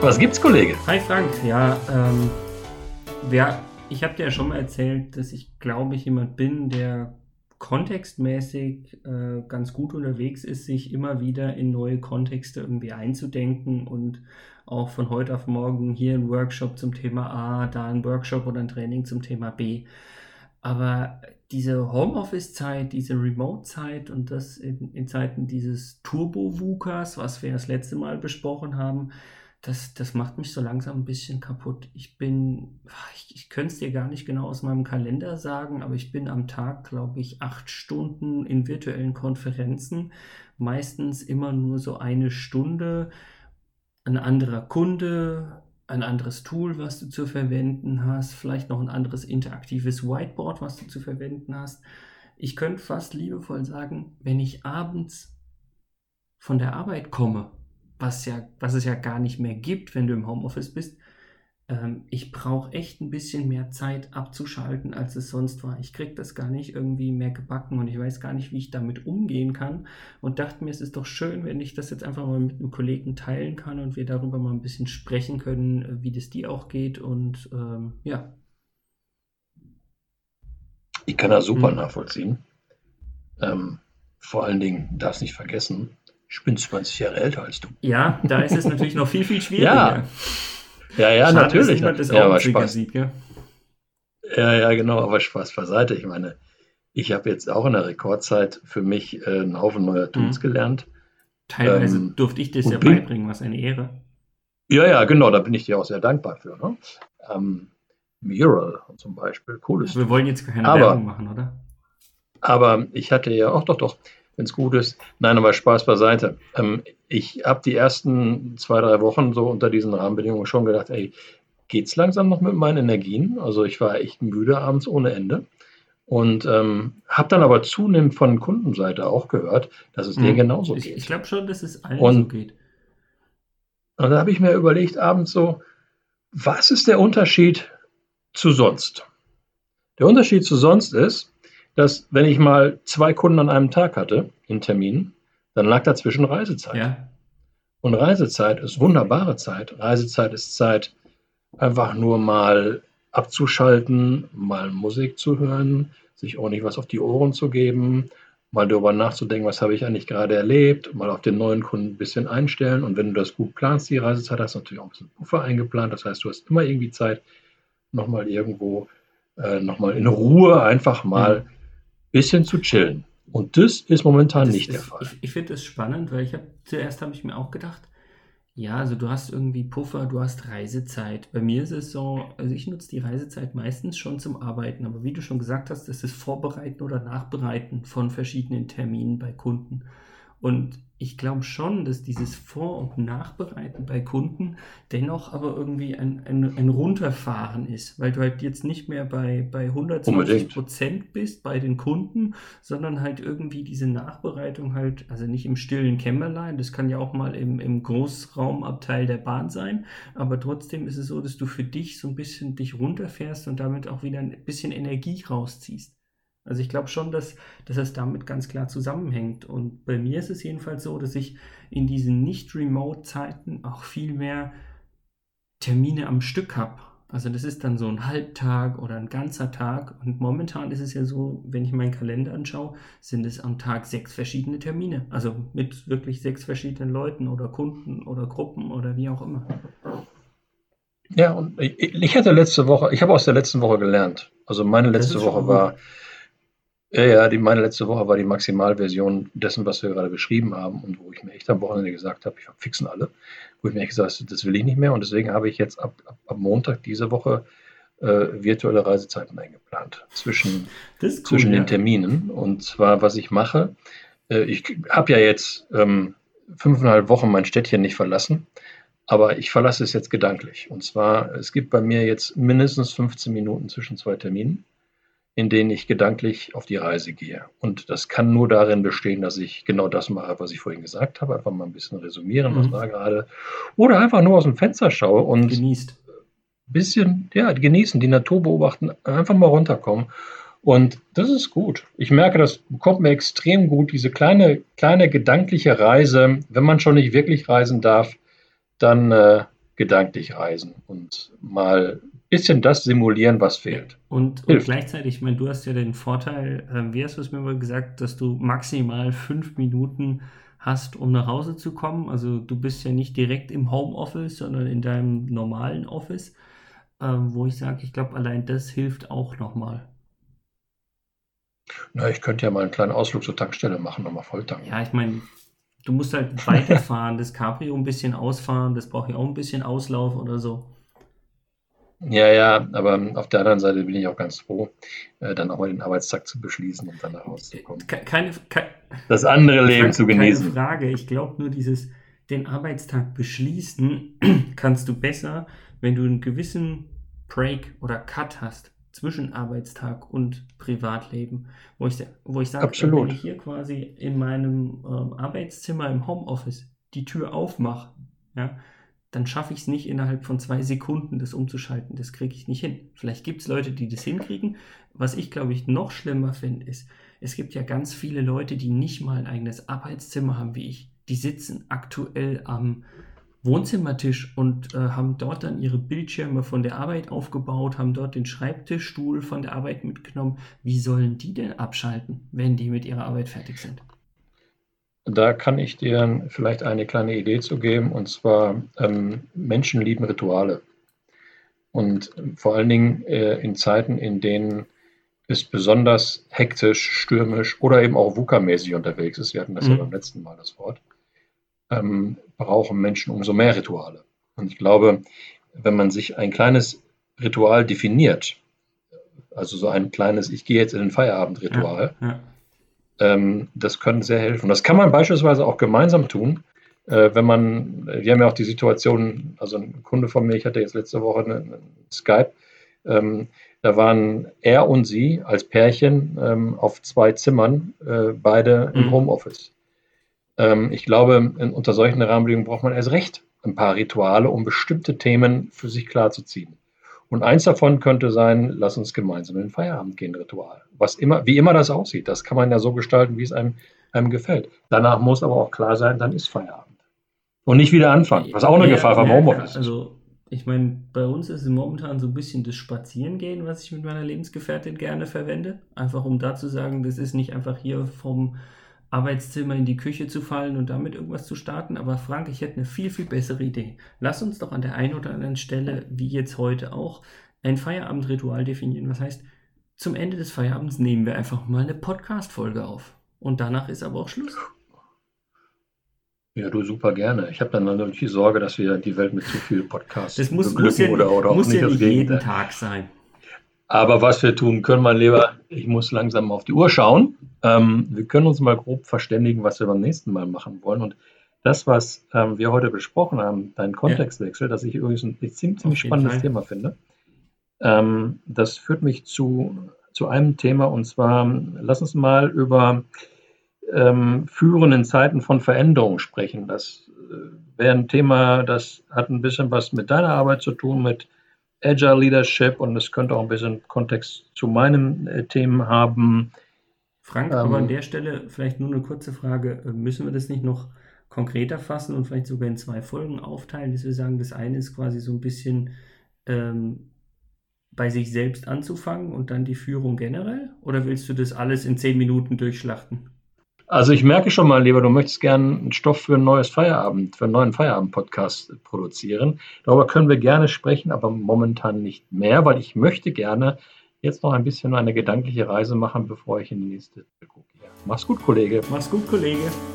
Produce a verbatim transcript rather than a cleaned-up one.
Was gibt's, Kollege? Hi Frank, ja, ähm, wer, ich habe dir ja schon mal erzählt, dass ich, glaube ich, jemand bin, der kontextmäßig äh, ganz gut unterwegs ist, sich immer wieder in neue Kontexte irgendwie einzudenken und auch von heute auf morgen hier ein Workshop zum Thema A, da ein Workshop oder ein Training zum Thema B. Aber diese Homeoffice-Zeit, diese Remote-Zeit und das in, in Zeiten dieses Turbo-VUCAs, was wir das letzte Mal besprochen haben, das, das macht mich so langsam ein bisschen kaputt. Ich bin, ich, ich könnte es dir gar nicht genau aus meinem Kalender sagen, aber ich bin am Tag, glaube ich, acht Stunden in virtuellen Konferenzen, meistens immer nur so eine Stunde, ein anderer Kunde, ein anderes Tool, was du zu verwenden hast, vielleicht noch ein anderes interaktives Whiteboard, was du zu verwenden hast. Ich könnte fast liebevoll sagen, wenn ich abends von der Arbeit komme, was ja, was es ja gar nicht mehr gibt, wenn du im Homeoffice bist, ähm, ich brauche echt ein bisschen mehr Zeit abzuschalten, als es sonst war. Ich kriege das gar nicht irgendwie mehr gebacken und ich weiß gar nicht, wie ich damit umgehen kann und dachte mir, es ist doch schön, wenn ich das jetzt einfach mal mit einem Kollegen teilen kann und wir darüber mal ein bisschen sprechen können, wie das dir auch geht und ähm, ja. Ich kann das super Hm. nachvollziehen. Ähm, vor allen Dingen, darfst nicht vergessen, ich bin zwanzig Jahre älter als du. Ja, da ist es natürlich noch viel, viel schwieriger. Ja, ja, ja, Schade, natürlich. dass niemand das Ja, aber Augenzwinkern Spaß. sieht, gell? Ja, ja, genau, aber Spaß beiseite. Ich meine, ich habe jetzt auch in der Rekordzeit für mich äh, einen Haufen neuer Tools Hm. gelernt. Teilweise Ähm, durfte ich das ja und bin, beibringen, was eine Ehre. ja, ja, genau, da bin ich dir auch sehr dankbar für. Ne? Ähm, Mural zum Beispiel, cooles Wir Tool. wollen jetzt keine Aber Werbung machen, oder? Aber ich hatte ja auch, doch, doch, wenn es gut ist. Nein, aber Spaß beiseite. Ähm, ich habe die ersten zwei, drei Wochen so unter diesen Rahmenbedingungen schon gedacht, ey, geht's langsam noch mit meinen Energien? Also ich war echt müde abends ohne Ende. Und ähm, habe dann aber zunehmend von Kundenseite auch gehört, dass es denen Mhm. genauso Ich, ich geht. glaube schon, dass es allen so Und, geht. und da habe ich mir überlegt, abends so, was ist der Unterschied zu sonst? Der Unterschied zu sonst ist, dass wenn ich mal zwei Kunden an einem Tag hatte in Terminen, dann lag dazwischen Reisezeit. Ja. Und Reisezeit ist wunderbare Zeit. Reisezeit ist Zeit, einfach nur mal abzuschalten, mal Musik zu hören, sich ordentlich was auf die Ohren zu geben, mal darüber nachzudenken, was habe ich eigentlich gerade erlebt, mal auf den neuen Kunden ein bisschen einstellen. Und wenn du das gut planst, die Reisezeit, hast du natürlich auch ein bisschen Puffer eingeplant. Das heißt, du hast immer irgendwie Zeit, nochmal irgendwo, äh, nochmal in Ruhe einfach mal Mhm. ein bisschen zu chillen. Und das ist momentan Das nicht der ist, Fall. ich ich finde das spannend, weil ich habe zuerst habe ich mir auch gedacht, ja, also du hast irgendwie Puffer, du hast Reisezeit. Bei mir ist es so, also ich nutze die Reisezeit meistens schon zum Arbeiten, aber wie du schon gesagt hast, das ist Vorbereiten oder Nachbereiten von verschiedenen Terminen bei Kunden. Und ich glaube schon, dass dieses Vor- und Nachbereiten bei Kunden dennoch aber irgendwie ein, ein, ein Runterfahren ist, weil du halt jetzt nicht mehr bei, bei hundertzwanzig Unbedingt. Prozent bist bei den Kunden, sondern halt irgendwie diese Nachbereitung halt, also nicht im stillen Kämmerlein, das kann ja auch mal im, im Großraumabteil der Bahn sein, aber trotzdem ist es so, dass du für dich so ein bisschen dich runterfährst und damit auch wieder ein bisschen Energie rausziehst. Also ich glaube schon, dass, dass es damit ganz klar zusammenhängt. Und bei mir ist es jedenfalls so, dass ich in diesen Nicht-Remote-Zeiten auch viel mehr Termine am Stück habe. Also das ist dann so ein Halbtag oder ein ganzer Tag. Und momentan ist es ja so, wenn ich meinen Kalender anschaue, sind es am Tag sechs verschiedene Termine. Also mit wirklich sechs verschiedenen Leuten oder Kunden oder Gruppen oder wie auch immer. Ja, und ich, ich hatte letzte Woche, ich habe aus der letzten Woche gelernt. Also meine Das letzte ist schon mal Woche gut. war, ja, ja, die, meine letzte Woche war die Maximalversion dessen, was wir gerade beschrieben haben und wo ich mir echt am Wochenende gesagt habe, ich fixen alle, wo ich mir echt gesagt habe, das will ich nicht mehr und deswegen habe ich jetzt ab, ab, ab Montag diese Woche äh, virtuelle Reisezeiten eingeplant zwischen, Das ist cool, zwischen den ja. Terminen. Und zwar, was ich mache, äh, ich habe ja jetzt ähm, fünfeinhalb Wochen mein Städtchen nicht verlassen. Aber ich verlasse es jetzt gedanklich. Und zwar, es gibt bei mir jetzt mindestens fünfzehn Minuten zwischen zwei Terminen, in denen ich gedanklich auf die Reise gehe. Und das kann nur darin bestehen, dass ich genau das mache, was ich vorhin gesagt habe. Einfach mal ein bisschen resümieren, was war Mhm. gerade. Oder einfach nur aus dem Fenster schaue und Genießt. ein bisschen, ja, genießen, die Natur beobachten, einfach mal runterkommen. Und das ist gut. Ich merke, das kommt mir extrem gut, diese kleine, kleine gedankliche Reise. Wenn man schon nicht wirklich reisen darf, dann äh, gedanklich reisen und mal ein bisschen das simulieren, was fehlt. Und, und Hilft. gleichzeitig, ich meine, du hast ja den Vorteil, äh, wie hast du es mir mal gesagt, dass du maximal fünf Minuten hast, um nach Hause zu kommen. Also du bist ja nicht direkt im Homeoffice, sondern in deinem normalen Office, ähm, wo ich sage, ich glaube, allein das hilft auch nochmal. Na, ich könnte ja mal einen kleinen Ausflug zur Tankstelle machen, nochmal volltanken. Ja, ich meine, du musst halt weiterfahren, das Cabrio ein bisschen ausfahren, das braucht ja auch ein bisschen Auslauf oder so. Ja, ja, aber auf der anderen Seite bin ich auch ganz froh, äh, dann auch mal den Arbeitstag zu beschließen und dann nach Hause zu kommen. Ke- Keine, ke- Das andere Leben Frank, zu keine genießen. Frage. Ich glaube nur dieses, den Arbeitstag beschließen, kannst du besser, wenn du einen gewissen Break oder Cut hast zwischen Arbeitstag und Privatleben, wo ich, wo ich sage, wenn Absolut. ich hier quasi in meinem ähm, Arbeitszimmer im Homeoffice die Tür aufmache, ja, dann schaffe ich es nicht innerhalb von zwei Sekunden, das umzuschalten. Das kriege ich nicht hin. Vielleicht gibt es Leute, die das hinkriegen. Was ich, glaube ich, noch schlimmer finde, ist, es gibt ja ganz viele Leute, die nicht mal ein eigenes Arbeitszimmer haben wie ich. Die sitzen aktuell am Wohnzimmertisch und äh, haben dort dann ihre Bildschirme von der Arbeit aufgebaut, haben dort den Schreibtischstuhl von der Arbeit mitgenommen. Wie sollen die denn abschalten, wenn die mit ihrer Arbeit fertig sind? Da kann ich dir vielleicht eine kleine Idee zu geben, und zwar ähm, Menschen lieben Rituale. Und vor allen Dingen äh, in Zeiten, in denen es besonders hektisch, stürmisch oder eben auch VUCA-mäßig unterwegs ist, wir hatten das mhm. ja beim letzten Mal das Wort, ähm, brauchen Menschen umso mehr Rituale. Und ich glaube, wenn man sich ein kleines Ritual definiert, also so ein kleines, ich gehe jetzt in den Feierabend-Ritual, ja, ja. Ähm, das könnte sehr helfen. Das kann man beispielsweise auch gemeinsam tun, äh, wenn man, wir haben ja auch die Situation, also ein Kunde von mir, ich hatte jetzt letzte Woche eine, eine Skype, ähm, da waren er und sie als Pärchen ähm, auf zwei Zimmern, äh, beide mhm. im Homeoffice. Ähm, ich glaube, in, unter solchen Rahmenbedingungen braucht man erst recht ein paar Rituale, um bestimmte Themen für sich klarzuziehen. Und eins davon könnte sein, lass uns gemeinsam in den Feierabend gehen, Ritual. Was immer, wie immer das aussieht, das kann man ja so gestalten, wie es einem, einem gefällt. Danach muss aber auch klar sein, dann ist Feierabend. Und nicht wieder anfangen, was auch eine ja, Gefahr vom ja, Homeoffice ist. Also, ich meine, bei uns ist es momentan so ein bisschen das Spazierengehen, was ich mit meiner Lebensgefährtin gerne verwende. Einfach um da zu sagen, das ist nicht einfach hier vom Arbeitszimmer in die Küche zu fallen und damit irgendwas zu starten. Aber Frank, ich hätte eine viel, viel bessere Idee. Lass uns doch an der einen oder anderen Stelle, wie jetzt heute auch, ein Feierabendritual definieren. Was heißt, zum Ende des Feierabends nehmen wir einfach mal eine Podcast-Folge auf. Und danach ist aber auch Schluss. Ja, du, super gerne. Ich habe dann natürlich die Sorge, dass wir die Welt mit zu viel Podcasts das muss, muss ja, oder, oder muss auch nicht, ja nicht jeden Tag sein. Aber was wir tun können, mein Lieber, ich muss langsam auf die Uhr schauen. Ähm, wir können uns mal grob verständigen, was wir beim nächsten Mal machen wollen. Und das, was ähm, wir heute besprochen haben, dein Kontextwechsel, ja. das ich übrigens ein ziemlich, ziemlich spannendes Fall. Thema finde, ähm, das führt mich zu, zu einem Thema. Und zwar, lass uns mal über ähm, Führen in Zeiten von Veränderung sprechen. Das äh, wäre ein Thema, das hat ein bisschen was mit deiner Arbeit zu tun, mit Agile Leadership, und es könnte auch ein bisschen Kontext zu meinen äh, Themen haben. Frank, ähm, aber an der Stelle vielleicht nur eine kurze Frage. Müssen wir das nicht noch konkreter fassen und vielleicht sogar in zwei Folgen aufteilen, dass wir sagen, das eine ist quasi so ein bisschen ähm, bei sich selbst anzufangen und dann die Führung generell? Oder willst du das alles in zehn Minuten durchschlachten? Also ich merke schon mal, lieber, du möchtest gerne einen Stoff für ein neues Feierabend, für einen neuen Feierabend-Podcast produzieren. Darüber können wir gerne sprechen, aber momentan nicht mehr, weil ich möchte gerne jetzt noch ein bisschen eine gedankliche Reise machen, bevor ich in die nächste gucke. Mach's gut, Kollege. Mach's gut, Kollege.